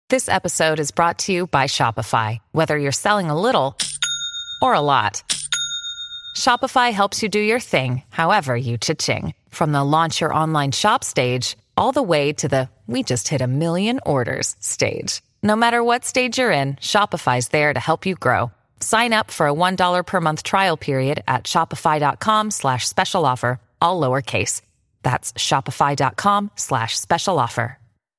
This episode is brought to you by Shopify. Whether you're selling a little or a lot, Shopify helps you do your thing, however you cha-ching. From the launch your online shop stage, all the way to the we just hit 1 million orders stage. No matter what stage you're in, Shopify's there to help you grow. Sign up for a $1 per month trial period at shopify.com/special offer, all lowercase. That's shopify.com/special offer.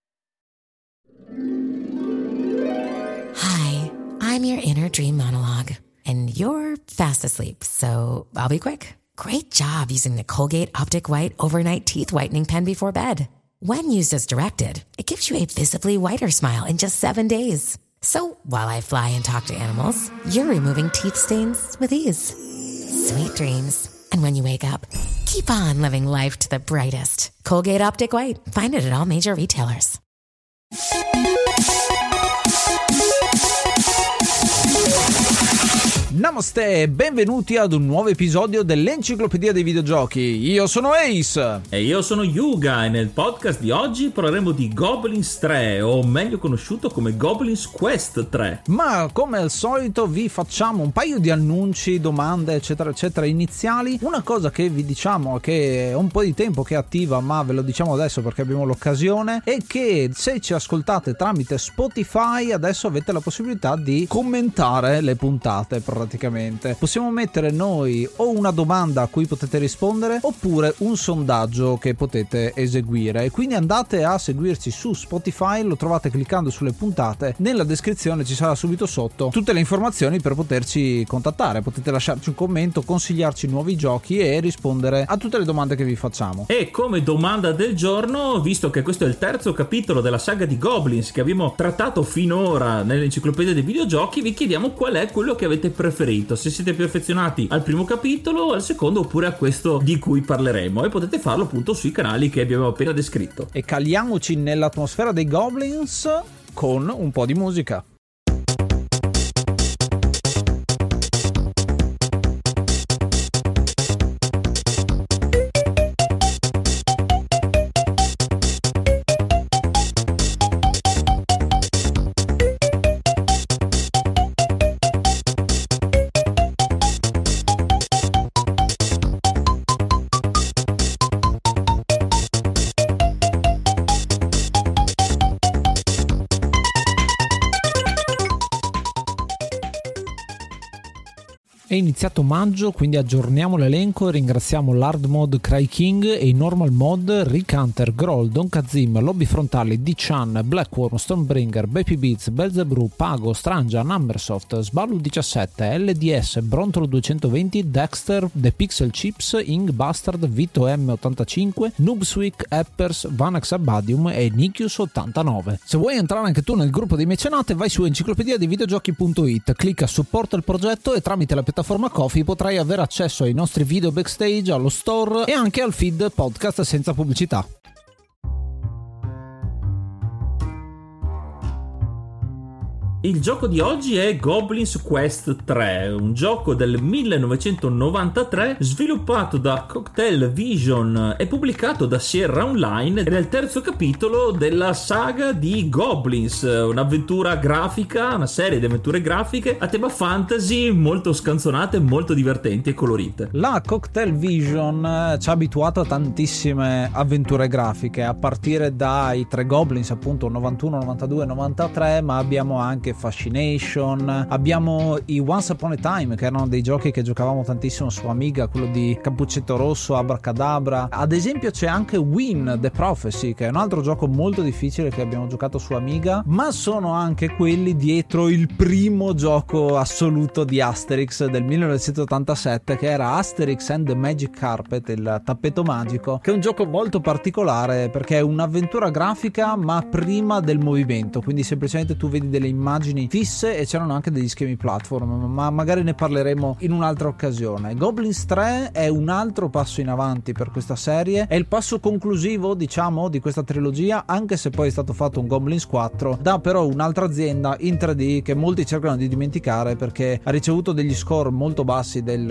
Hi, I'm your inner dream monologue, and you're fast asleep, so I'll be quick. Great job using the Colgate Optic White Overnight Teeth Whitening Pen before bed. When used as directed, it gives you a visibly whiter smile in just 7 days. So while I fly and talk to animals, you're removing teeth stains with ease. Sweet dreams. And when you wake up, keep on living life to the brightest. Colgate Optic White. Find it at all major retailers. Namaste e benvenuti ad un nuovo episodio dell'Enciclopedia dei Videogiochi. Io sono Ace. E io sono Yuga e nel podcast di oggi parleremo di Goblins 3, o meglio conosciuto come Goblins Quest 3. Ma come al solito vi facciamo un paio di annunci, domande eccetera eccetera iniziali. Una cosa che vi diciamo che è un po' di tempo che è attiva, ma ve lo diciamo adesso perché abbiamo l'occasione, è che se ci ascoltate tramite Spotify adesso avete la possibilità di commentare le puntate. Praticamente possiamo mettere noi o una domanda a cui potete rispondere oppure un sondaggio che potete eseguire, e quindi andate a seguirci su Spotify, lo trovate cliccando sulle puntate, nella descrizione ci sarà subito sotto tutte le informazioni per poterci contattare, potete lasciarci un commento, consigliarci nuovi giochi e rispondere a tutte le domande che vi facciamo. E come domanda del giorno, visto che questo è il terzo capitolo della saga di Goblins che abbiamo trattato finora nell'Enciclopedia dei Videogiochi, vi chiediamo qual è quello che avete preferito, se siete più affezionati al primo capitolo, al secondo oppure a questo di cui parleremo, e potete farlo appunto sui canali che abbiamo appena descritto. E caliamoci nell'atmosfera dei Goblins con un po' di musica. È iniziato maggio, quindi aggiorniamo l'elenco e ringraziamo l'Hard Mod Cry King e i Normal Mod Rick Hunter, Groll, Don Kazim, Lobby Frontali, D-Chan, Blackworm, Stormbringer, Baby Beats, Belzebrew, Pago, Strangia, Numbersoft, Sbalu 17, LDS, Brontolo 220, Dexter, The Pixel Chips, Ing Bastard, Vito M85, Noobswick, Eppers, Vanex Abadium e Nikius 89. Se vuoi entrare anche tu nel gruppo dei mecenate, vai su enciclopediadeivideogiochi.it, clicca supporta il progetto e tramite la piattaforma Ko-fi potrai avere accesso ai nostri video backstage, allo store e anche al feed podcast senza pubblicità. Il gioco di oggi è Goblins Quest 3, un gioco del 1993 sviluppato da Cocktail Vision e pubblicato da Sierra Online, ed è il terzo capitolo della saga di Goblins, un'avventura grafica, una serie di avventure grafiche a tema fantasy molto scanzonate, molto divertenti e colorite. La Cocktail Vision ci ha abituato a tantissime avventure grafiche, a partire dai 3 Goblins appunto 91, 92, 93, ma abbiamo anche Fascination, abbiamo i Once Upon a Time che erano dei giochi che giocavamo tantissimo su Amiga, quello di Cappuccetto Rosso, Abracadabra. Ad esempio c'è anche Win The Prophecy, che è un altro gioco molto difficile che abbiamo giocato su Amiga, ma sono anche quelli dietro il primo gioco assoluto di Asterix del 1987, che era Asterix and the Magic Carpet, il tappeto magico, che è un gioco molto particolare perché è un'avventura grafica ma prima del movimento, quindi semplicemente tu vedi delle immagini immagini fisse e c'erano anche degli schemi platform, ma magari ne parleremo in un'altra occasione. Goblins 3 è un altro passo in avanti per questa serie, è il passo conclusivo, diciamo, di questa trilogia, anche se poi è stato fatto un Goblins 4 da però un'altra azienda in 3D che molti cercano di dimenticare perché ha ricevuto degli score molto bassi del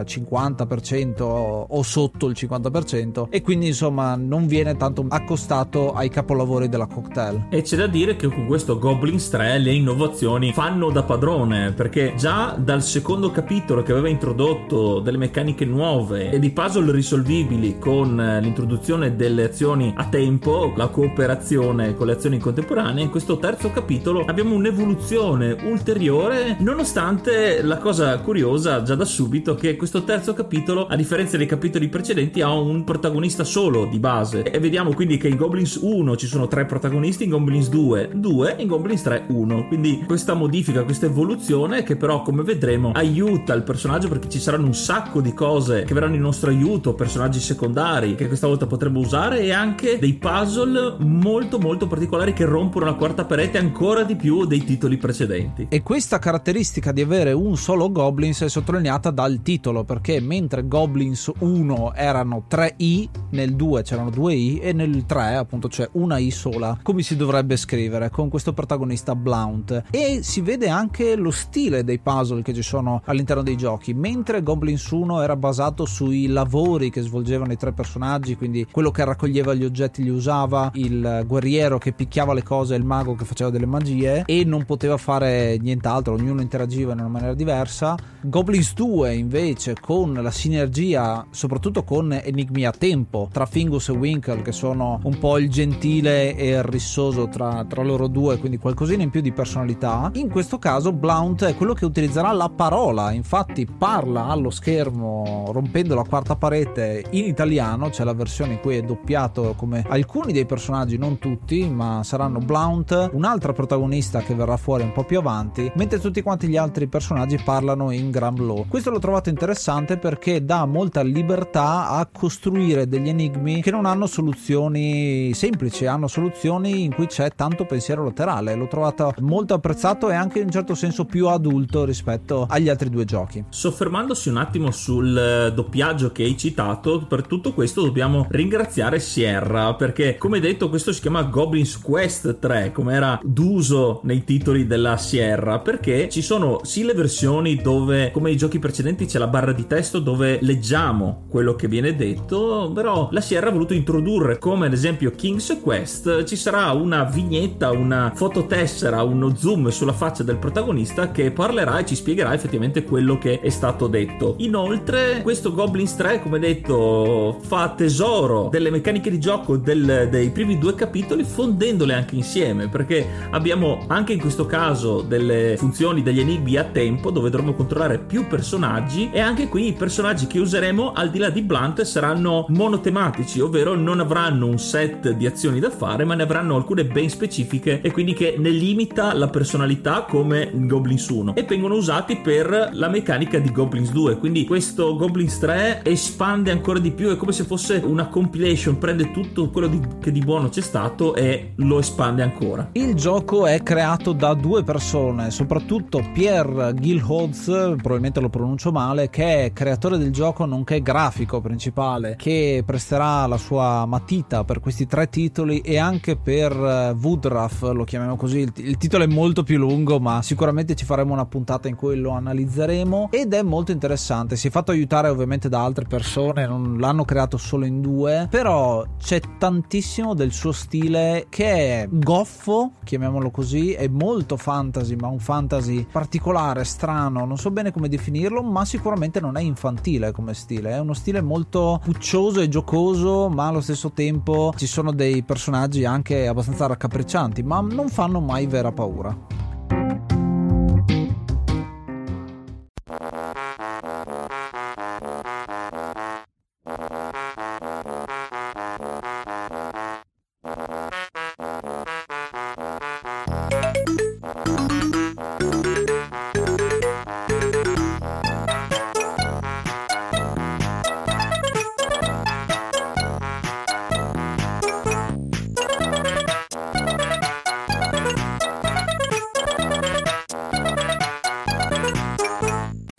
50% o sotto il 50%, e quindi insomma non viene tanto accostato ai capolavori della Cocktail. E c'è da dire che con questo Goblins 3 le innovazioni fanno da padrone, perché già dal secondo capitolo, che aveva introdotto delle meccaniche nuove e di puzzle risolvibili con l'introduzione delle azioni a tempo, la cooperazione con le azioni contemporanee, in questo terzo capitolo abbiamo un'evoluzione ulteriore, nonostante la cosa curiosa già da subito che questo terzo capitolo, a differenza dei capitoli precedenti, ha un protagonista solo di base, e vediamo quindi che in Goblins 1 ci sono 3 protagonisti, in Goblins 2 2, in Goblins 3 1. Quindi questa modifica, questa evoluzione, che però come vedremo aiuta il personaggio, perché ci saranno un sacco di cose che verranno in nostro aiuto, personaggi secondari che questa volta potremo usare, e anche dei puzzle molto molto particolari che rompono la quarta parete ancora di più dei titoli precedenti. E questa caratteristica di avere un solo Goblins è sottolineata dal titolo, perché mentre Goblins 1 erano 3 I, nel 2 c'erano 2 I e nel 3 appunto c'è una I sola, come si dovrebbe scrivere, con questo protagonista Blount. E si vede anche lo stile dei puzzle che ci sono all'interno dei giochi. Mentre Goblins 1 era basato sui lavori che svolgevano i 3 personaggi, quindi quello che raccoglieva gli oggetti li usava, il guerriero che picchiava le cose, il mago che faceva delle magie, e non poteva fare nient'altro, ognuno interagiva in una maniera diversa. Goblins 2 invece, con la sinergia soprattutto con enigmi a tempo tra Fingus e Winkle, che sono un po' il gentile e il rissoso tra loro due, quindi qualcosina in più di personalità. In questo caso Blount è quello che utilizzerà la parola, infatti parla allo schermo rompendo la quarta parete in italiano. C'è la versione in cui è doppiato come alcuni dei personaggi, non tutti, ma saranno Blount, un'altra protagonista che verrà fuori un po' più avanti, mentre tutti quanti gli altri personaggi parlano in Gramlow. Questo l'ho trovato interessante perché dà molta libertà a costruire degli enigmi che non hanno soluzioni semplici, hanno soluzioni in cui c'è tanto pensiero laterale. L'ho trovato molto apprezzato e anche in un certo senso più adulto rispetto agli altri due giochi. Soffermandosi un attimo sul doppiaggio che hai citato, per tutto questo dobbiamo ringraziare Sierra, perché come detto questo si chiama Goblins Quest 3 come era d'uso nei titoli della Sierra, perché ci sono sì le versioni dove, come i giochi precedenti, c'è la barra di testo dove leggiamo quello che viene detto, però la Sierra ha voluto introdurre, come ad esempio King's Quest, ci sarà una vignetta, una fototessera, uno zoom sulla faccia del protagonista che parlerà e ci spiegherà effettivamente quello che è stato detto. Inoltre questo Goblins 3, come detto, fa tesoro delle meccaniche di gioco dei primi 2 capitoli, fondendole anche insieme, perché abbiamo anche in questo caso delle funzioni, degli enigmi a tempo dove dovremo controllare più personaggi, e anche qui i personaggi che useremo al di là di Blount saranno monotematici, ovvero non avranno un set di azioni da fare, ma ne avranno alcune ben specifiche e quindi che ne limita la personalità come in Goblins 1, e vengono usati per la meccanica di Goblins 2. Quindi questo Goblins 3 espande ancora di più, è come se fosse una compilation, prende tutto quello che di buono c'è stato e lo espande ancora. Il gioco è creato da 2 persone, soprattutto Pierre Gilholz, probabilmente lo pronuncio male, che è creatore del gioco nonché grafico principale, che presterà la sua matita per questi 3 titoli e anche per Woodruff, lo chiamiamo così. Il titolo è molto più lungo, ma sicuramente ci faremo una puntata in cui lo analizzeremo, ed è molto interessante. Si è fatto aiutare ovviamente da altre persone, non l'hanno creato solo in 2, però c'è tantissimo del suo stile che è goffo, chiamiamolo così, è molto fantasy, ma un fantasy particolare, strano, non so bene come definirlo, ma sicuramente non è infantile come stile, è uno stile molto puccioso e giocoso, ma allo stesso tempo ci sono dei personaggi anche abbastanza raccapriccianti, ma non fanno mai vera paura.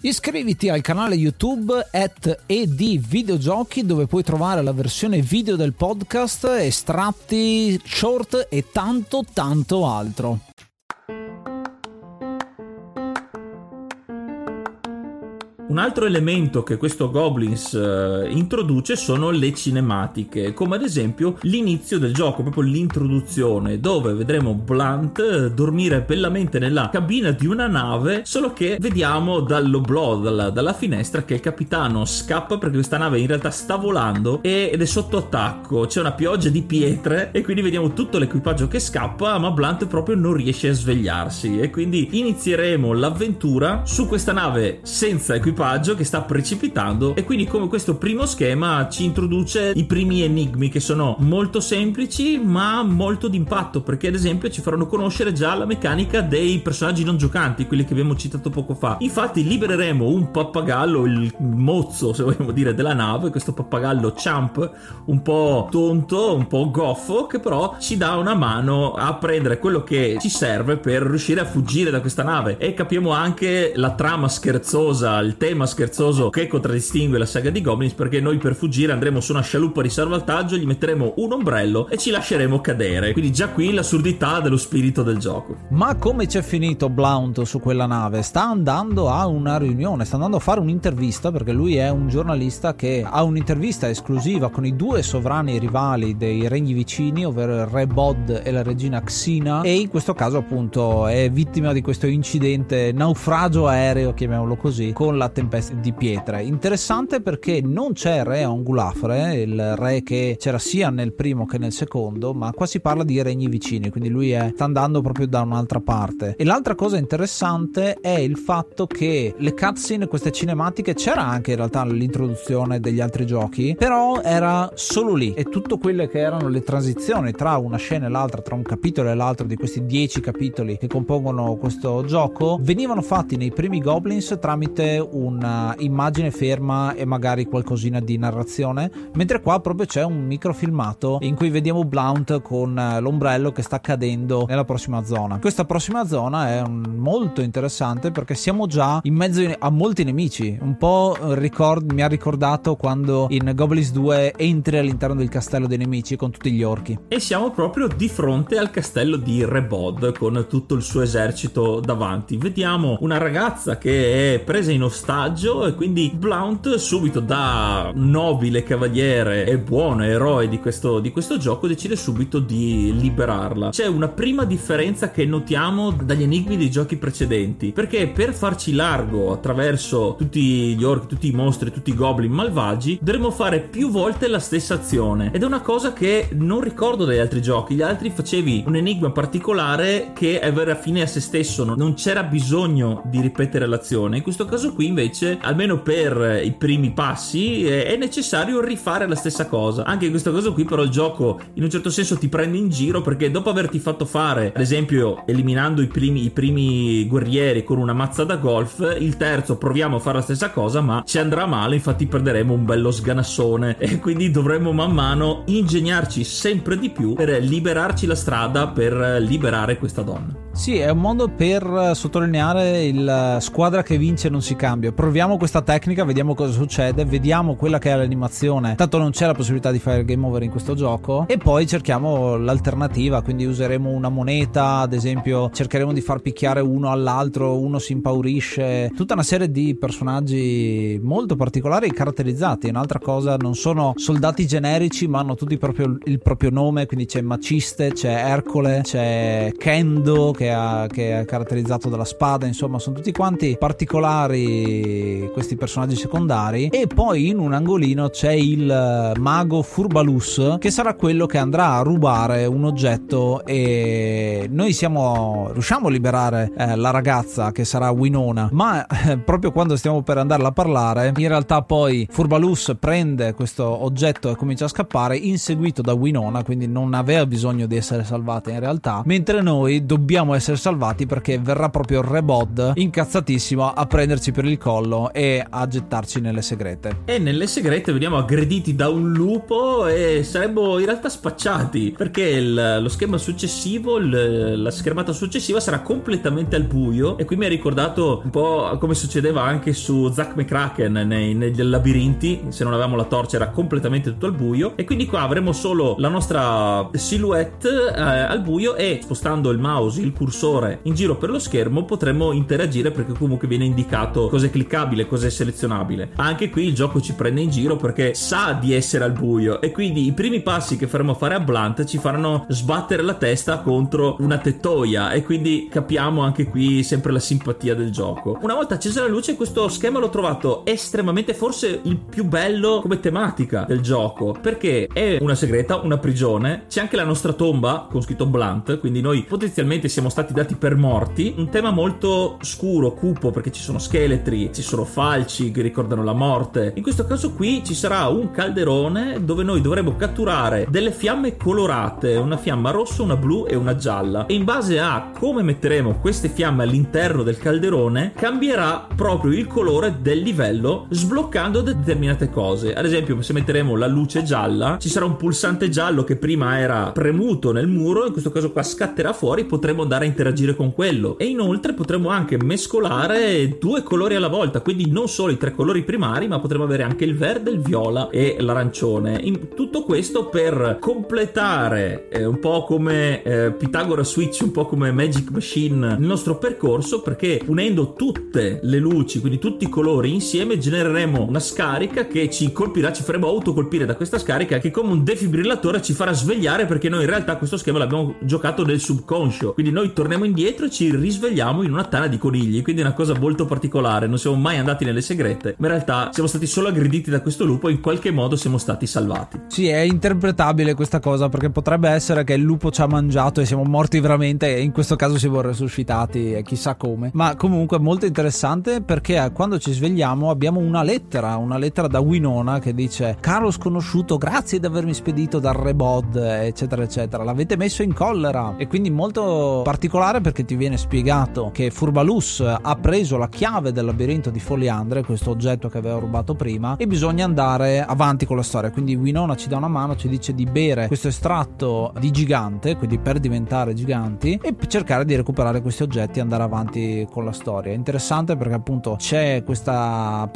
Iscriviti al canale YouTube @edvideogiochi, dove puoi trovare la versione video del podcast, estratti, short e tanto altro. Un altro elemento che questo Goblins introduce sono le cinematiche, come ad esempio l'inizio del gioco, proprio l'introduzione, dove vedremo Blunt dormire bellamente nella cabina di una nave, solo che vediamo dall'oblò, dalla finestra, che il capitano scappa perché questa nave in realtà sta volando ed è sotto attacco, c'è una pioggia di pietre e quindi vediamo tutto l'equipaggio che scappa, ma Blunt proprio non riesce a svegliarsi, e quindi inizieremo l'avventura su questa nave senza equipaggio che sta precipitando. E quindi, come questo primo schema ci introduce i primi enigmi, che sono molto semplici ma molto d'impatto, perché ad esempio ci faranno conoscere già la meccanica dei personaggi non giocanti, quelli che abbiamo citato poco fa. Infatti libereremo un pappagallo, il mozzo se vogliamo dire della nave, questo pappagallo Champ un po' tonto, un po' goffo, che però ci dà una mano a prendere quello che ci serve per riuscire a fuggire da questa nave. E capiamo anche la trama scherzosa, il tema scherzoso che contraddistingue la saga di Goblins, perché noi per fuggire andremo su una scialuppa di salvataggio, gli metteremo un ombrello e ci lasceremo cadere. Quindi già qui l'assurdità dello spirito del gioco. Ma come c'è finito Blount su quella nave? Sta andando a una riunione, sta andando a fare un'intervista, perché lui è un giornalista che ha un'intervista esclusiva con i due sovrani rivali dei regni vicini, ovvero il re Bod e la regina Xina, e in questo caso appunto è vittima di questo incidente, naufragio aereo, chiamiamolo così, con la tempesta di pietre. Interessante perché non c'è re Ongulafre, il re che c'era sia nel primo che nel secondo, ma qua si parla di regni vicini, quindi lui sta andando proprio da un'altra parte. E l'altra cosa interessante è il fatto che le cutscene, queste cinematiche, c'era anche in realtà nell'introduzione degli altri giochi, però era solo lì, e tutto quelle che erano le transizioni tra una scena e l'altra, tra un capitolo e l'altro di questi 10 capitoli che compongono questo gioco, venivano fatti nei primi Goblins tramite una immagine ferma e magari qualcosina di narrazione, mentre qua proprio c'è un microfilmato in cui vediamo Blount con l'ombrello che sta cadendo nella prossima zona. Questa prossima zona è molto interessante perché siamo già in mezzo a molti nemici, un po' mi ha ricordato quando in Goblins 2 entri all'interno del castello dei nemici con tutti gli orchi, e siamo proprio di fronte al castello di Re Bod con tutto il suo esercito davanti. Vediamo una ragazza che è presa in ostaggio, e quindi Blount, subito da nobile cavaliere e buono eroe di questo gioco, decide subito di liberarla. C'è una prima differenza che notiamo dagli enigmi dei giochi precedenti, perché per farci largo attraverso tutti gli orchi, tutti i mostri, tutti i goblin malvagi, dovremo fare più volte la stessa azione, ed è una cosa che non ricordo dagli altri giochi. Gli altri facevi un enigma particolare che era fine a se stesso, non c'era bisogno di ripetere l'azione. In questo caso qui invece, almeno per i primi passi, è necessario rifare la stessa cosa. Anche in questo caso qui però il gioco in un certo senso ti prende in giro, perché dopo averti fatto fare, ad esempio eliminando i primi guerrieri con una mazza da golf, il terzo proviamo a fare la stessa cosa ma ci andrà male, infatti perderemo un bello sganassone, e quindi dovremo man mano ingegnarci sempre di più per liberarci la strada per liberare questa donna. Sì, è un modo per sottolineare il squadra che vince non si cambia. Proviamo questa tecnica, vediamo cosa succede, vediamo quella che è l'animazione, tanto non c'è la possibilità di fare il game over in questo gioco, e poi cerchiamo l'alternativa, quindi useremo una moneta, ad esempio cercheremo di far picchiare uno all'altro, uno si impaurisce, tutta una serie di personaggi molto particolari e caratterizzati. Un'altra cosa, non sono soldati generici ma hanno tutti proprio il proprio nome, quindi c'è Maciste, c'è Ercole, c'è Kendo che è caratterizzato dalla spada, insomma sono tutti quanti particolari questi personaggi secondari. E poi in un angolino c'è il mago Furbalus, che sarà quello che andrà a rubare un oggetto, e noi riusciamo a liberare la ragazza che sarà Winona, ma proprio quando stiamo per andarla a parlare, in realtà poi Furbalus prende questo oggetto e comincia a scappare, inseguito da Winona, quindi non aveva bisogno di essere salvata in realtà, mentre noi dobbiamo essere salvati, perché verrà proprio Rebod incazzatissimo a prenderci per il collo e a gettarci nelle segrete. E nelle segrete veniamo aggrediti da un lupo e saremmo in realtà spacciati, perché lo schema successivo, la schermata successiva sarà completamente al buio. E qui mi ha ricordato un po' come succedeva anche su Zack McCracken nei labirinti. Se non avevamo la torcia era completamente tutto al buio, e quindi qua avremo solo la nostra silhouette al buio, e spostando il mouse, il cursore in giro per lo schermo potremo interagire, perché comunque viene indicato cosa è cliccabile, cosa è selezionabile. Anche qui il gioco ci prende in giro perché sa di essere al buio, e quindi i primi passi che faremo fare a Blunt ci faranno sbattere la testa contro una tettoia, e quindi capiamo anche qui sempre la simpatia del gioco. Una volta accesa la luce, questo schema l'ho trovato estremamente, forse il più bello come tematica del gioco, perché è una segreta, una prigione, c'è anche la nostra tomba con scritto Blunt, quindi noi potenzialmente siamo stati dati per morti. Un tema molto scuro, cupo, perché ci sono scheletri, ci sono falci che ricordano la morte. In questo caso qui ci sarà un calderone dove noi dovremo catturare delle fiamme colorate, una fiamma rossa, una blu e una gialla, e in base a come metteremo queste fiamme all'interno del calderone cambierà proprio il colore del livello, sbloccando determinate cose. Ad esempio, se metteremo la luce gialla, ci sarà un pulsante giallo che prima era premuto nel muro, in questo caso qua scatterà fuori, potremo andare a interagire con quello. E inoltre potremo anche mescolare 2 colori alla volta, quindi non solo i 3 colori primari, ma potremo avere anche il verde, il viola e l'arancione. In tutto questo per completare un po' come Pythagora Switch, un po' come Magic Machine, il nostro percorso, perché unendo tutte le luci, quindi tutti i colori insieme, genereremo una scarica che ci colpirà, ci faremo autocolpire da questa scarica, che come un defibrillatore ci farà svegliare, perché noi in realtà questo schema l'abbiamo giocato nel subconscio, quindi noi torniamo indietro e ci risvegliamo in una tana di conigli, quindi è una cosa molto particolare. Non siamo mai andati nelle segrete, ma in realtà siamo stati solo aggrediti da questo lupo e in qualche modo siamo stati salvati. Sì, è interpretabile questa cosa, perché potrebbe essere che il lupo ci ha mangiato e siamo morti veramente, e in questo caso siamo resuscitati e chissà come. Ma comunque è molto interessante, perché quando ci svegliamo abbiamo una lettera da Winona che dice: caro sconosciuto, grazie di avermi spedito dal Rebod, eccetera eccetera, l'avete messo in collera. E quindi molto particolare, perché ti viene spiegato che Furbalus ha preso la chiave del labirinto di Foliandre, questo oggetto che aveva rubato prima, e bisogna andare avanti con la storia. Quindi Winona ci dà una mano, ci dice di bere questo estratto di gigante, quindi per diventare giganti, e cercare di recuperare questi oggetti e andare avanti con la storia. È interessante perché appunto c'è questa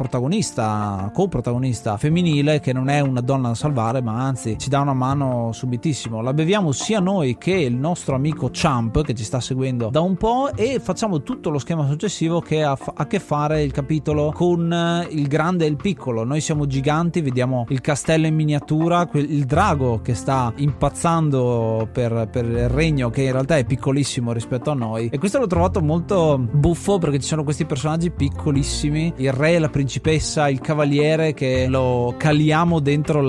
coprotagonista femminile che non è una donna da salvare, ma anzi ci dà una mano subitissimo. La beviamo sia noi che il nostro amico Champ, che ci sta seguendo da un po', e facciamo tutto lo schema successivo che ha a che fare il capitolo con il grande e il piccolo. Noi siamo giganti, vediamo il castello in miniatura, il drago che sta impazzando per il regno, che in realtà è piccolissimo rispetto a noi. E questo l'ho trovato molto buffo, perché ci sono questi personaggi piccolissimi, il re, la principessa, il cavaliere, che lo caliamo dentro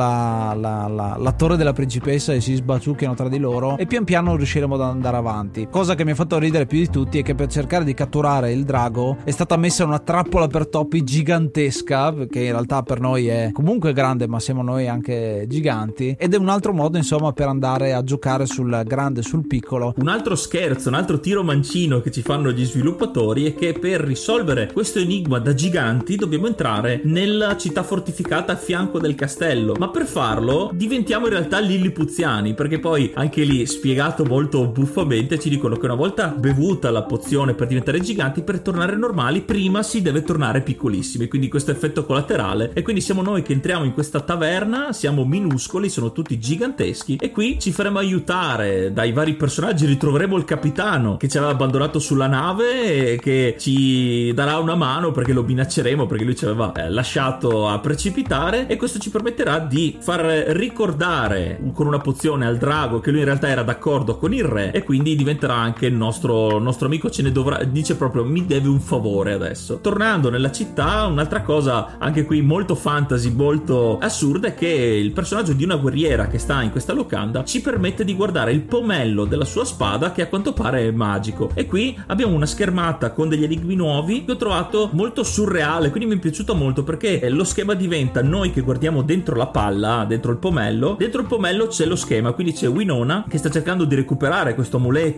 la torre della principessa e si sbaciucchiano tra di loro, e pian piano riusciremo ad andare avanti. Cosa che mi ha fatto ridere più di tutti è che per cercare di catturare il drago è stata messa una trappola per topi gigantesca, che in realtà per noi è comunque grande, ma siamo noi anche giganti, ed è un altro modo insomma per andare a giocare sul grande e sul piccolo. Un altro scherzo, un altro tiro mancino che ci fanno gli sviluppatori è che per risolvere questo enigma da giganti dobbiamo entrare nella città fortificata a fianco del castello, ma per farlo diventiamo in realtà lillipuziani, perché poi anche lì, spiegato molto buffamente, ci dicono che una volta bevuta la pozione per diventare giganti, per tornare normali prima si deve tornare piccolissimi, quindi questo effetto collaterale. E quindi siamo noi che entriamo in questa taverna, siamo minuscoli, sono tutti giganteschi, e qui ci faremo aiutare dai vari personaggi. Ritroveremo il capitano che ci aveva abbandonato sulla nave e che ci darà una mano perché lo minacceremo, perché lui ci aveva lasciato a precipitare, e questo ci permetterà di far ricordare con una pozione al drago che lui in realtà era d'accordo con il re, e quindi diventerà anche il nostro amico. Ce ne dovrà, dice proprio, mi deve un favore adesso. Tornando nella città, un'altra cosa anche qui molto fantasy, molto assurda, è che il personaggio di una guerriera che sta in questa locanda ci permette di guardare il pomello della sua spada, che a quanto pare è magico. E qui abbiamo una schermata con degli enigmi nuovi che ho trovato molto surreale, quindi mi è piaciuto molto, perché lo schema diventa noi che guardiamo dentro la palla, dentro il pomello c'è lo schema, quindi c'è Winona che sta cercando di recuperare questo amuleto dal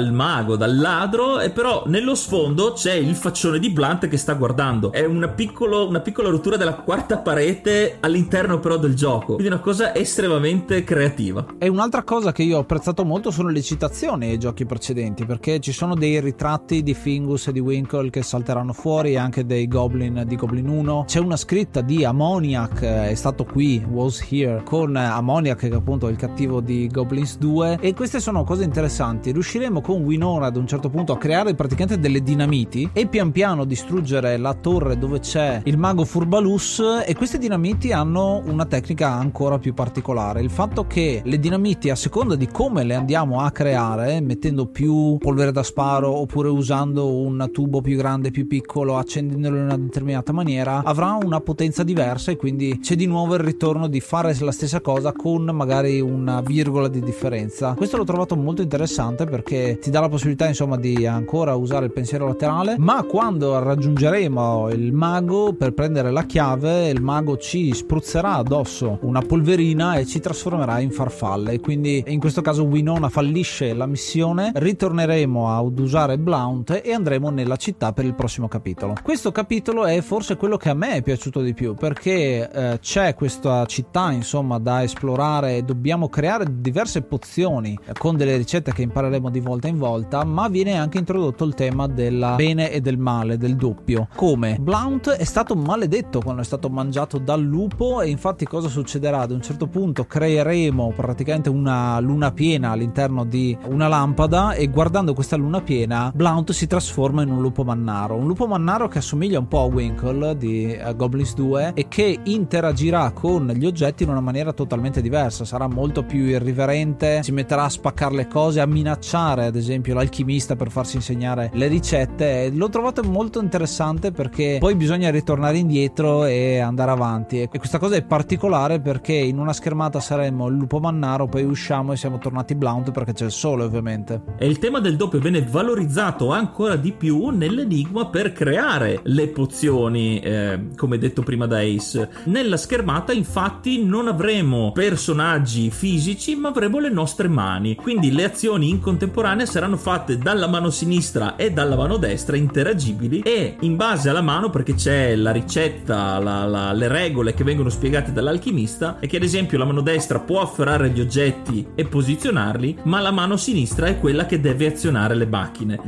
dal mago, dal ladro, e però nello sfondo c'è il faccione di Blunt che sta guardando. È una piccola rottura della quarta parete all'interno però del gioco, quindi una cosa estremamente creativa. E un'altra cosa che io ho apprezzato molto sono le citazioni ai giochi precedenti, perché ci sono dei ritratti di Fingus e di Winkle che salteranno fuori, e anche dei Goblin di Goblin 1. C'è una scritta di Ammoniac, è stato qui, was here, con Ammoniac che appunto è il cattivo di Goblins 2, e queste sono cose interessanti. Riusciremo con Winona ad un certo punto a creare praticamente delle dinamiti e pian piano distruggere la torre dove c'è il mago Furbalus, e queste dinamiti hanno una tecnica ancora più particolare: il fatto che le dinamiti, a seconda di come le andiamo a creare, mettendo più polvere da sparo oppure usando un tubo più grande, più piccolo, accendendolo in una determinata maniera, avrà una potenza diversa, e quindi c'è di nuovo il ritorno di fare la stessa cosa con magari una virgola di differenza. Questo l'ho trovato molto interessante perché ti dà la possibilità insomma di ancora usare il pensiero laterale, ma quando raggiungeremo il mago per prendere la chiave, il mago ci spruzzerà addosso una polverina e ci trasformerà in farfalle, e quindi in questo caso Winona fallisce la missione, ritorneremo ad usare Blount e andremo nella città per il prossimo capitolo. Questo capitolo è forse quello che a me è piaciuto di più, perché c'è questa città insomma da esplorare, dobbiamo creare diverse pozioni con delle ricette che impareremo di volta in volta, ma viene anche introdotto il tema del bene e del male, del doppio. Come Blount è stato maledetto quando è stato mangiato dal lupo, e infatti cosa succederà? Ad un certo punto creeremo praticamente una luna piena all'interno di una lampada, e guardando questa luna piena Blount si trasforma in un lupo mannaro che assomiglia un po' a Winkle di Goblins 2 e che interagirà con gli oggetti in una maniera totalmente diversa. Sarà molto più irriverente, si metterà a spaccare le cose, a minacciare ad esempio l'alchimista per farsi insegnare le ricette. L'ho trovato molto interessante perché poi bisogna ritornare indietro e andare avanti, e questa cosa è particolare perché in una schermata saremmo il lupo mannaro, poi usciamo e siamo tornati Blount perché c'è il sole ovviamente. E il tema del doppio viene valorizzato ancora di più nell'enigma per creare le pozioni, come detto prima da Ace. Nella schermata infatti non avremo personaggi fisici, ma avremo le nostre mani, quindi le azioni in contemporanea saranno fatte dalla mano sinistra e dalla mano destra, interagibili, e in base alla mano, perché c'è la ricetta, le regole che vengono spiegate dall'alchimista, è che ad esempio la mano destra può afferrare gli oggetti e posizionarli, ma la mano sinistra è quella che deve azionare le macchine.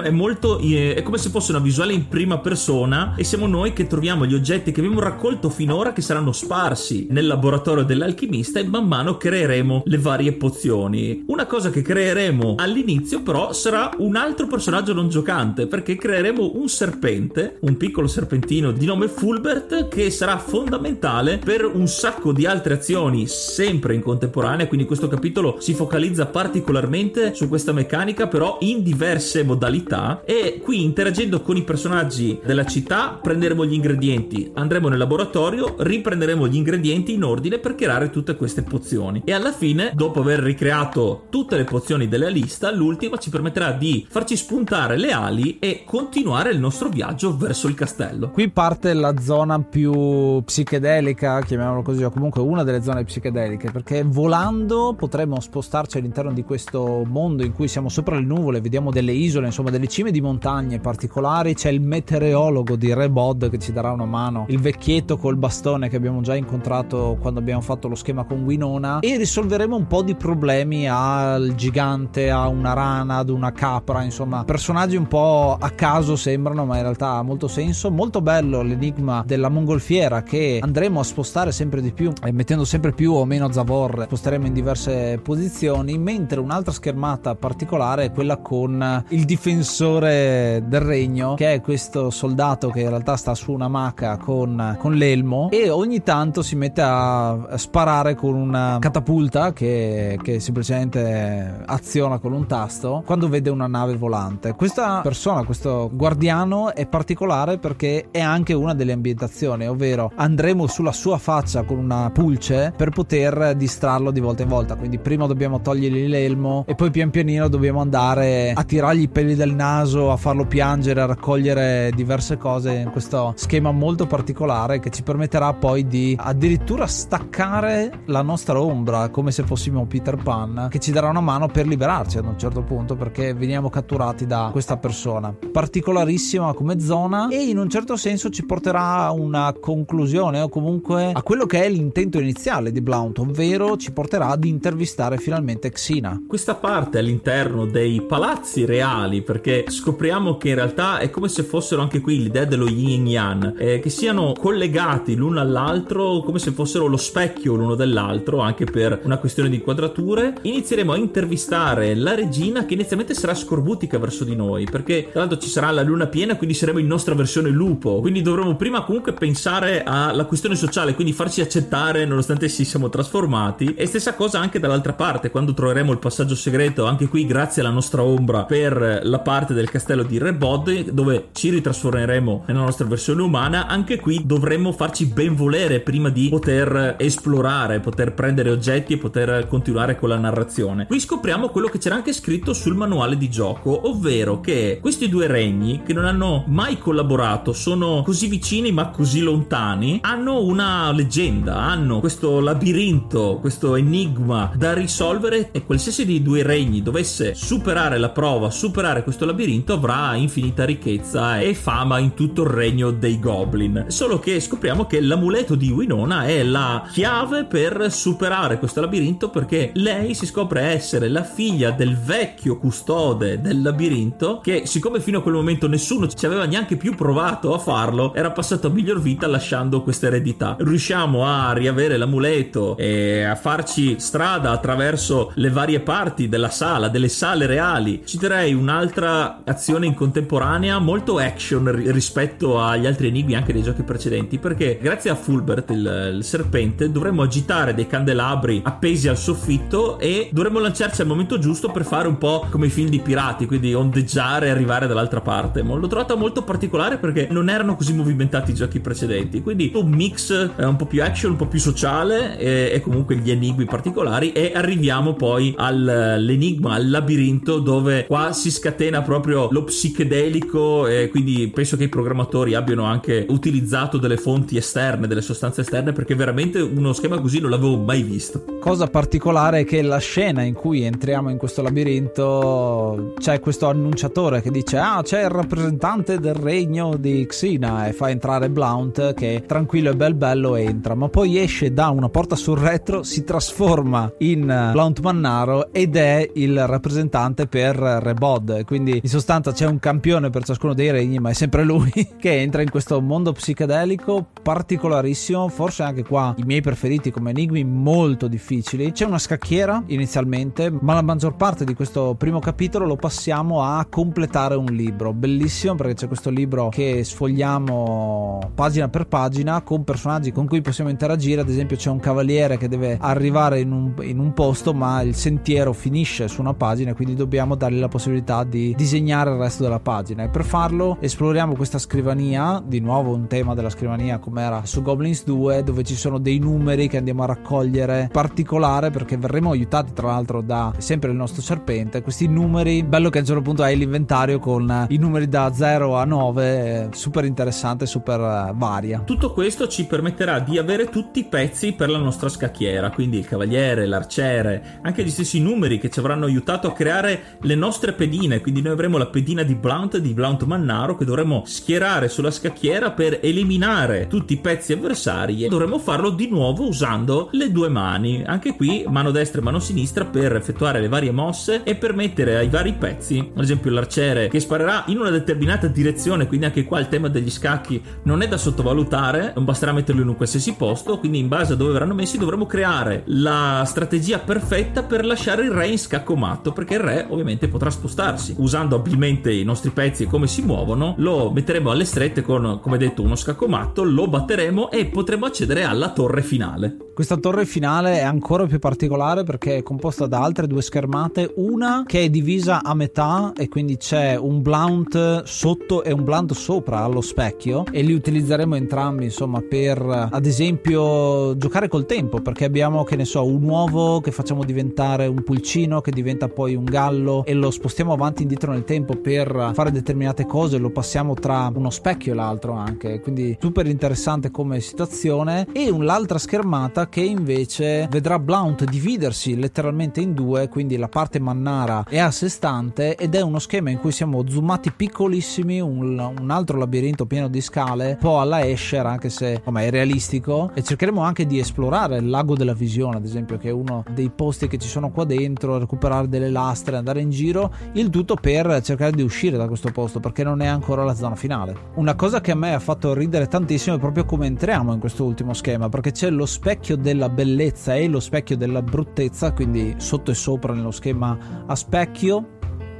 È come se fosse una visuale in prima persona, e siamo noi che troviamo gli oggetti che abbiamo raccolto finora, che saranno sparsi nel laboratorio dell'alchimista, e man mano creeremo le varie pozioni. Una cosa che creeremo all'inizio però sarà un altro personaggio non giocante, perché creeremo un serpente, un piccolo serpentino di nome Fulbert, che sarà fondamentale per un sacco di altre azioni sempre in contemporanea. Quindi questo capitolo si focalizza particolarmente su questa meccanica, però in diverse modalità, e qui interagendo con i personaggi della città prenderemo gli ingredienti, andremo nel laboratorio, riprenderemo gli ingredienti in ordine per creare tutte queste pozioni, e alla fine, dopo aver ricreato tutte le pozioni della lista, l'ultima ci permetterà di farci spuntare le ali e continuare il nostro viaggio verso il castello. Qui parte la zona più psichedelica, chiamiamolo così, o comunque una delle zone psichedeliche, perché volando potremo spostarci all'interno di questo mondo in cui siamo sopra le nuvole, vediamo delle isole, insomma delle cime di montagne particolari. C'è il meteorologo di Rebod che ci darà una mano, il vecchietto col bastone che abbiamo già incontrato quando abbiamo fatto lo schema con Winona, e risolveremo un po' di problemi al gigante, a una rana, ad una capra, insomma personaggi un po' a caso sembrano, ma in realtà ha molto senso. Molto bello l'enigma della mongolfiera che andremo a spostare sempre di più, e mettendo sempre più o meno Zavor sposteremo in diverse posizioni, mentre un'altra schermata particolare è quella con il difensore del regno, che è questo soldato che in realtà sta su una maca con l'elmo, e ogni tanto si mette a sparare con una catapulta che semplicemente aziona con un tasto quando vede una nave volante. Questa persona, questo guardiano, è particolare perché è anche una delle ambientazioni, ovvero andremo sulla sua faccia con una pulce per poter distrarlo di volta in volta. Quindi prima dobbiamo togliergli l'elmo e poi pian pianino dobbiamo andare a tirargli i peli del naso, a farlo piangere, a raccogliere diverse cose in questo schema molto particolare che ci permetterà poi di addirittura staccare la nostra ombra come se fossimo Peter Pan, che ci darà una mano per liberarci ad un certo certo punto, perché veniamo catturati da questa persona. Particolarissima come zona, e in un certo senso ci porterà a una conclusione, o comunque a quello che è l'intento iniziale di Blount, ovvero ci porterà ad intervistare finalmente Xena. Questa parte all'interno dei palazzi reali, perché scopriamo che in realtà è come se fossero anche qui l'idea dello yin yang, che siano collegati l'uno all'altro come se fossero lo specchio l'uno dell'altro, anche per una questione di inquadrature. Inizieremo a intervistare la regina, che inizialmente sarà scorbutica verso di noi, perché tra l'altro ci sarà la luna piena, quindi saremo in nostra versione lupo, quindi dovremo prima comunque pensare alla questione sociale, quindi farci accettare nonostante ci siamo trasformati. E stessa cosa anche dall'altra parte, quando troveremo il passaggio segreto, anche qui grazie alla nostra ombra, per la parte del castello di Rebod, dove ci ritrasformeremo nella nostra versione umana. Anche qui dovremmo farci ben volere prima di poter esplorare, poter prendere oggetti e poter continuare con la narrazione. Qui scopriamo quello che c'era anche scritto sul manuale di gioco, ovvero che questi due regni, che non hanno mai collaborato, sono così vicini ma così lontani, hanno una leggenda, hanno questo labirinto, questo enigma da risolvere, e qualsiasi dei due regni dovesse superare la prova, superare questo labirinto, avrà infinita ricchezza e fama in tutto il regno dei Goblin. Solo che scopriamo che l'amuleto di Winona è la chiave per superare questo labirinto, perché lei si scopre essere la figlia del vecchio custode del labirinto, che siccome fino a quel momento nessuno ci aveva neanche più provato a farlo, era passato a miglior vita lasciando questa eredità. Riusciamo a riavere l'amuleto e a farci strada attraverso le varie parti della sala, delle sale reali. Citerei un'altra azione in contemporanea molto action rispetto agli altri enigmi anche dei giochi precedenti, perché grazie a Fulbert, il serpente, dovremmo agitare dei candelabri appesi al soffitto e dovremmo lanciarci al momento giusto per fare un po' come i film di pirati, quindi ondeggiare e arrivare dall'altra parte. L'ho trovata molto particolare perché non erano così movimentati i giochi precedenti, quindi un mix un po' più action, un po' più sociale, e comunque gli enigmi particolari. E arriviamo poi all'enigma, al labirinto, dove qua si scatena proprio lo psichedelico, e quindi penso che i programmatori abbiano anche utilizzato delle fonti esterne, delle sostanze esterne, perché veramente uno schema così non l'avevo mai visto. Cosa particolare è che la scena in cui entriamo in questo labirinto c'è questo annunciatore che dice: ah, c'è il rappresentante del regno di Xena, e fa entrare Blount, che tranquillo e bello entra, ma poi esce da una porta sul retro, si trasforma in Blount Mannaro ed è il rappresentante per Rebod. Quindi in sostanza c'è un campione per ciascuno dei regni, ma è sempre lui che entra in questo mondo psichedelico particolarissimo. Forse anche qua i miei preferiti come enigmi, molto difficili. C'è una scacchiera inizialmente, ma la maggior parte di questo primo capitolo lo passiamo a completare un libro bellissimo, perché c'è questo libro che sfogliamo pagina per pagina con personaggi con cui possiamo interagire. Ad esempio c'è un cavaliere che deve arrivare in un posto, ma il sentiero finisce su una pagina, quindi dobbiamo dargli la possibilità di disegnare il resto della pagina, e per farlo esploriamo questa scrivania, di nuovo un tema della scrivania come era su Goblins 2, dove ci sono dei numeri che andiamo a raccogliere, particolare perché verremo aiutati tra l'altro da sempre il nostro serpente. Questi numeri, bello che a un certo punto hai l'inventario con i numeri da 0 a 9, super interessante, super varia. Tutto questo ci permetterà di avere tutti i pezzi per la nostra scacchiera, quindi il cavaliere, l'arciere, anche gli stessi numeri che ci avranno aiutato a creare le nostre pedine. Quindi noi avremo la pedina di Blount Mannaro, che dovremo schierare sulla scacchiera per eliminare tutti i pezzi avversari, e dovremo farlo di nuovo usando le due mani, anche qui mano destra e mano sinistra, per effettuare le varie mosse e permettere ai vari pezzi, ad esempio l'arciere che sparerà in una determinata direzione, quindi anche qua il tema degli scacchi non è da sottovalutare, non basterà metterlo in un qualsiasi posto, quindi in base a dove verranno messi dovremo creare la strategia perfetta per lasciare il re in scacco matto, perché il re ovviamente potrà spostarsi. Usando abilmente i nostri pezzi e come si muovono, lo metteremo alle strette con, come detto, uno scacco matto, lo batteremo e potremo accedere alla torre finale. Questa torre finale è ancora più particolare perché è composta da altre due schermate, una che è divisa a metà e quindi c'è un Blount sotto e un Blount sopra allo specchio, e li utilizzeremo entrambi insomma per, ad esempio, giocare col tempo, perché abbiamo, che ne so, un uovo che facciamo diventare un pulcino, che diventa poi un gallo, e lo spostiamo avanti e indietro nel tempo per fare determinate cose, lo passiamo tra uno specchio e l'altro anche, quindi super interessante come situazione. E l'altra schermata che invece vedrà Blount dividersi letteralmente in due, quindi la parte Mannaro Shannara è a sé stante ed è uno schema in cui siamo zoomati piccolissimi, un altro labirinto pieno di scale, un po' alla Escher, anche se è realistico, e cercheremo anche di esplorare il lago della visione, ad esempio, che è uno dei posti che ci sono qua dentro, recuperare delle lastre, andare in giro, il tutto per cercare di uscire da questo posto, perché non è ancora la zona finale. Una cosa che a me ha fatto ridere tantissimo è proprio come entriamo in questo ultimo schema, perché c'è lo specchio della bellezza e lo specchio della bruttezza, quindi sotto e sopra nello schema a specchio.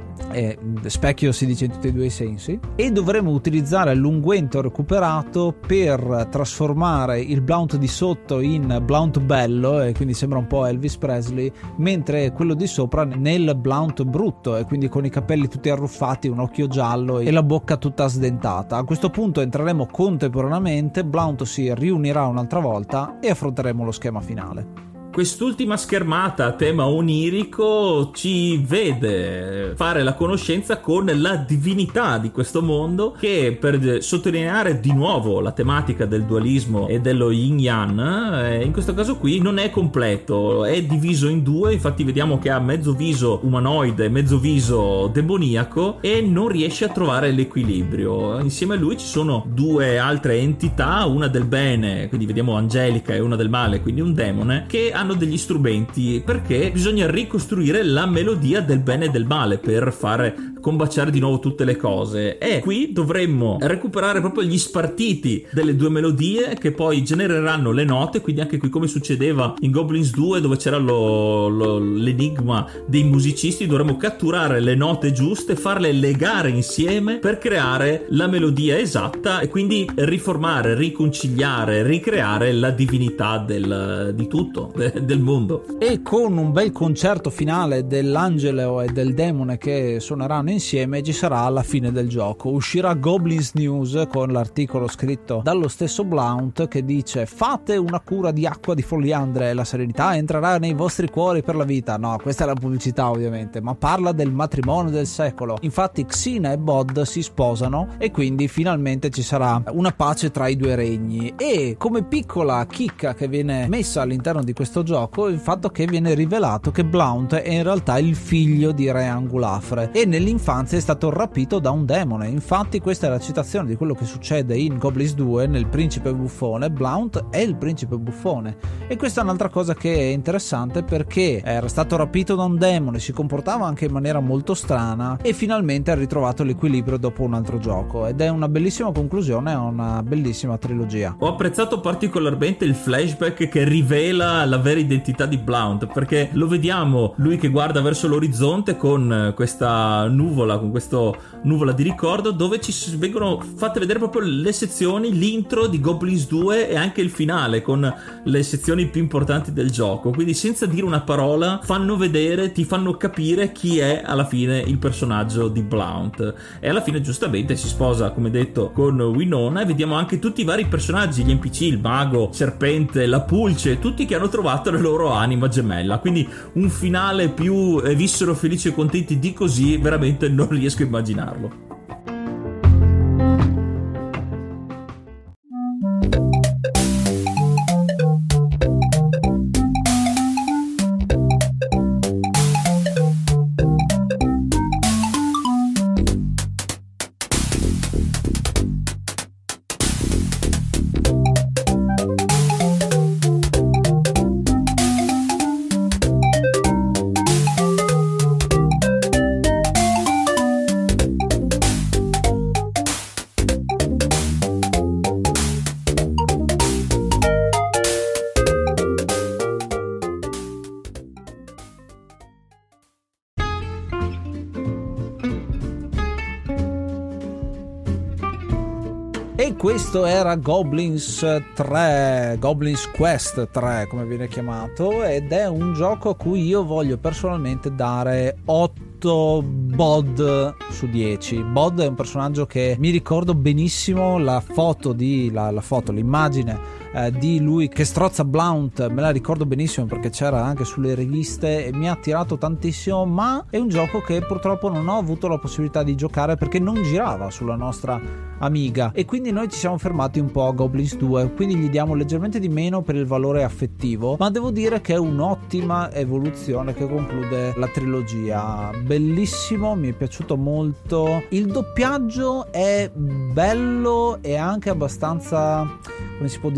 Specchio si dice in tutti e due i sensi, e dovremo utilizzare l'unguento recuperato per trasformare il Blount di sotto in Blount bello, e quindi sembra un po' Elvis Presley, mentre quello di sopra nel Blount brutto, e quindi con i capelli tutti arruffati, un occhio giallo e la bocca tutta sdentata. A questo punto entreremo contemporaneamente, Blount si riunirà un'altra volta e affronteremo lo schema finale. Quest'ultima schermata a tema onirico ci vede fare la conoscenza con la divinità di questo mondo, che, per sottolineare di nuovo la tematica del dualismo e dello yin yang, in questo caso qui non è completo, è diviso in due. Infatti vediamo che ha mezzo viso umanoide e mezzo viso demoniaco e non riesce a trovare l'equilibrio. Insieme a lui ci sono due altre entità, una del bene, quindi vediamo Angelica, e una del male, quindi un demone, che hanno degli strumenti, perché bisogna ricostruire la melodia del bene e del male per fare combaciare di nuovo tutte le cose, e qui dovremmo recuperare proprio gli spartiti delle due melodie che poi genereranno le note. Quindi anche qui, come succedeva in Goblins 2 dove c'era l'enigma dei musicisti, dovremmo catturare le note giuste, farle legare insieme per creare la melodia esatta e quindi riformare, riconciliare, ricreare la divinità di tutto, del mondo. E con un bel concerto finale dell'angelo e del demone che suoneranno insieme ci sarà la fine del gioco. Uscirà Goblins News con l'articolo scritto dallo stesso Blount che dice: fate una cura di acqua di foliandre, la serenità entrerà nei vostri cuori per la vita. No, questa è la pubblicità ovviamente, ma parla del matrimonio del secolo. Infatti Xina e Bod si sposano e quindi finalmente ci sarà una pace tra i due regni. E come piccola chicca che viene messa all'interno di questo gioco il fatto che viene rivelato che Blount è in realtà il figlio di Re Angulafre e nell'infanzia è stato rapito da un demone. Infatti questa è la citazione di quello che succede in Goblins 2 nel Principe Buffone. Blount è il principe buffone, e questa è un'altra cosa che è interessante, perché era stato rapito da un demone, si comportava anche in maniera molto strana e finalmente ha ritrovato l'equilibrio dopo un altro gioco, ed è una bellissima conclusione a una bellissima trilogia. Ho apprezzato particolarmente il flashback che rivela la vera identità di Blount, perché lo vediamo lui che guarda verso l'orizzonte con questa nuvola, con questo nuvola di ricordo, dove ci vengono fatte vedere proprio le sezioni, l'intro di Goblins 2 e anche il finale con le sezioni più importanti del gioco. Quindi senza dire una parola fanno vedere, ti fanno capire chi è alla fine il personaggio di Blount, e alla fine giustamente si sposa, come detto, con Winona, e vediamo anche tutti i vari personaggi, gli NPC, il mago, il serpente, la pulce, tutti che hanno trovato la loro anima gemella. Quindi un finale più vissero felici e contenti di così veramente non riesco a immaginarlo. E questo era Goblins 3, Goblins Quest 3 come viene chiamato, ed è un gioco a cui io voglio personalmente dare 8 Bod su 10. Bod è un personaggio che mi ricordo benissimo, l'immagine di lui che strozza Blount, me la ricordo benissimo perché c'era anche sulle riviste e mi ha attirato tantissimo, ma è un gioco che purtroppo non ho avuto la possibilità di giocare perché non girava sulla nostra Amiga, e quindi noi ci siamo fermati un po' a Goblins 2, quindi gli diamo leggermente di meno per il valore affettivo, ma devo dire che è un'ottima evoluzione che conclude la trilogia. Bellissimo, mi è piaciuto molto, il doppiaggio è bello e anche abbastanza, come si può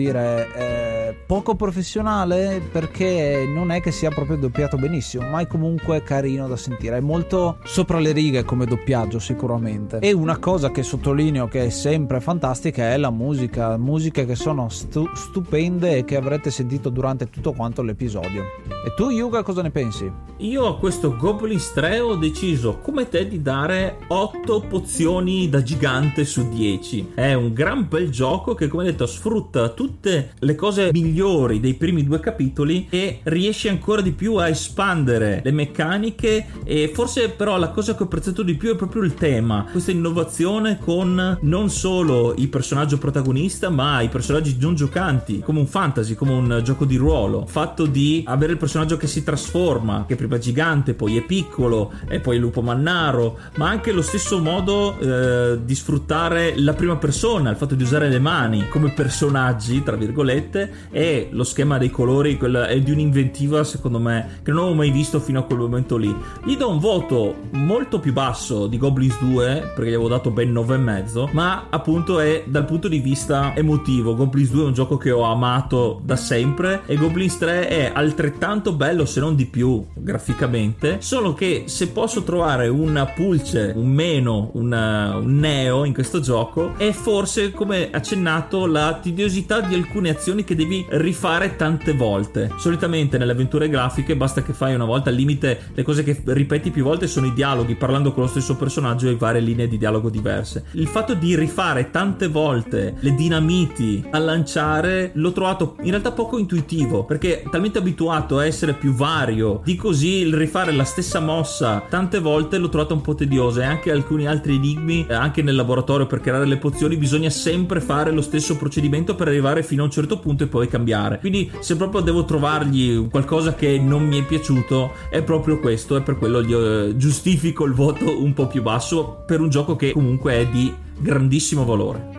dire, poco professionale, perché non è che sia proprio doppiato benissimo, ma è comunque carino da sentire, è molto sopra le righe come doppiaggio sicuramente. E una cosa che sottolineo che è sempre fantastica è la musica, musiche che sono stupende e che avrete sentito durante tutto quanto l'episodio. E tu, Yuga, cosa ne pensi? Io a questo Goblins 3 ho deciso come te di dare 8 pozioni da gigante su 10. È un gran bel gioco che, come detto, sfrutta tutte le cose migliori dei primi 2 capitoli e riesce ancora di più a espandere le meccaniche, e forse però la cosa che ho apprezzato di più è proprio il tema, questa innovazione con non solo il personaggio protagonista ma i personaggi non giocanti, come un fantasy, come un gioco di ruolo, fatto di avere il personaggio che si trasforma, che prima è gigante, poi è piccolo e poi è lupo mannaro, ma anche lo stesso modo di sfruttare la prima persona, il fatto di usare le mani come personaggi tra virgolette, e lo schema dei colori è di un'inventiva secondo me che non ho mai visto fino a quel momento lì. Gli do un voto molto più basso di Goblins 2 perché gli avevo dato ben 9,5, ma appunto è dal punto di vista emotivo. Goblins 2 è un gioco che ho amato da sempre e Goblins 3 è altrettanto bello, se non di più graficamente, solo che se posso trovare una pulce, un meno, un neo in questo gioco è forse, come accennato, la tediosità di alcune azioni che devi rifare tante volte. Solitamente nelle avventure grafiche basta che fai una volta, al limite le cose che ripeti più volte sono i dialoghi, parlando con lo stesso personaggio e varie linee di dialogo diverse. Il fatto di rifare tante volte le dinamiti a lanciare l'ho trovato in realtà poco intuitivo, perché talmente abituato a essere più vario di così il rifare la stessa mossa tante volte l'ho trovato un po' tedioso. E anche alcuni altri enigmi, anche nel laboratorio per creare le pozioni bisogna sempre fare lo stesso procedimento per arrivare fino a un certo punto e poi cambiare. Quindi se proprio devo trovargli qualcosa che non mi è piaciuto è proprio questo, e per quello giustifico il voto un po' più basso per un gioco che comunque è di grandissimo valore.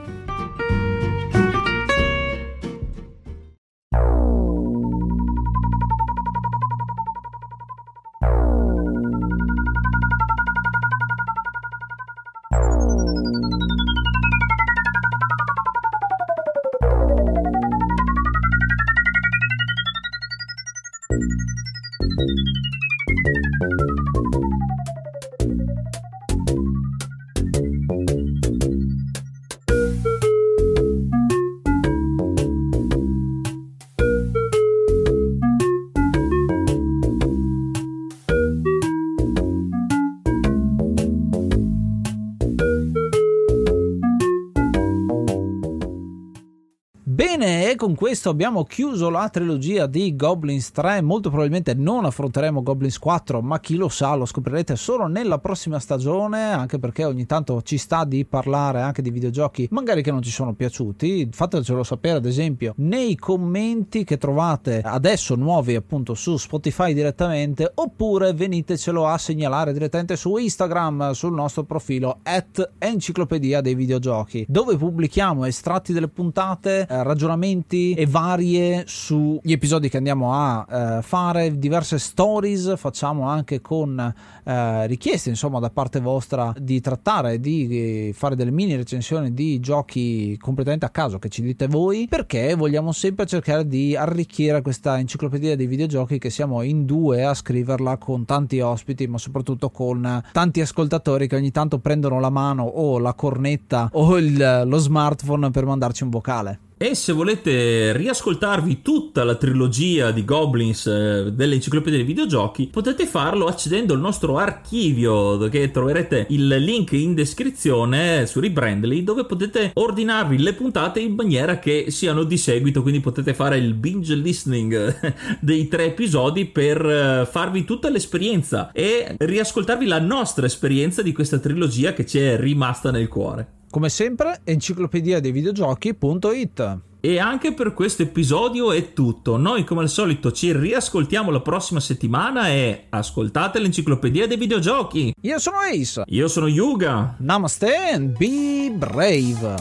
Bene, e con questo abbiamo chiuso la trilogia di Goblins 3. Molto probabilmente non affronteremo Goblins 4, ma chi lo sa, lo scoprirete solo nella prossima stagione, anche perché ogni tanto ci sta di parlare anche di videogiochi magari che non ci sono piaciuti. Fatecelo sapere ad esempio nei commenti che trovate adesso nuovi appunto su Spotify direttamente, oppure venitecelo a segnalare direttamente su Instagram sul nostro profilo @enciclopedia dei videogiochi, dove pubblichiamo estratti delle puntate, ragionamenti e varie sugli episodi che andiamo a fare, diverse stories facciamo anche con richieste insomma da parte vostra di trattare, di fare delle mini recensioni di giochi completamente a caso che ci dite voi, perché vogliamo sempre cercare di arricchire questa enciclopedia dei videogiochi, che siamo in 2 a scriverla con tanti ospiti, ma soprattutto con tanti ascoltatori che ogni tanto prendono la mano o la cornetta o lo smartphone per mandarci un vocale. E se volete riascoltarvi tutta la trilogia di Goblins dell'enciclopedia dei videogiochi, potete farlo accedendo al nostro archivio, che troverete il link in descrizione su Rebrandly, dove potete ordinarvi le puntate in maniera che siano di seguito, quindi potete fare il binge listening dei 3 episodi per farvi tutta l'esperienza e riascoltarvi la nostra esperienza di questa trilogia che ci è rimasta nel cuore. Come sempre, enciclopedia dei videogiochi.it. E anche per questo episodio è tutto. Noi come al solito ci riascoltiamo la prossima settimana e ascoltate l'enciclopedia dei videogiochi. Io sono Ace. Io sono Yuga. Namaste and be brave.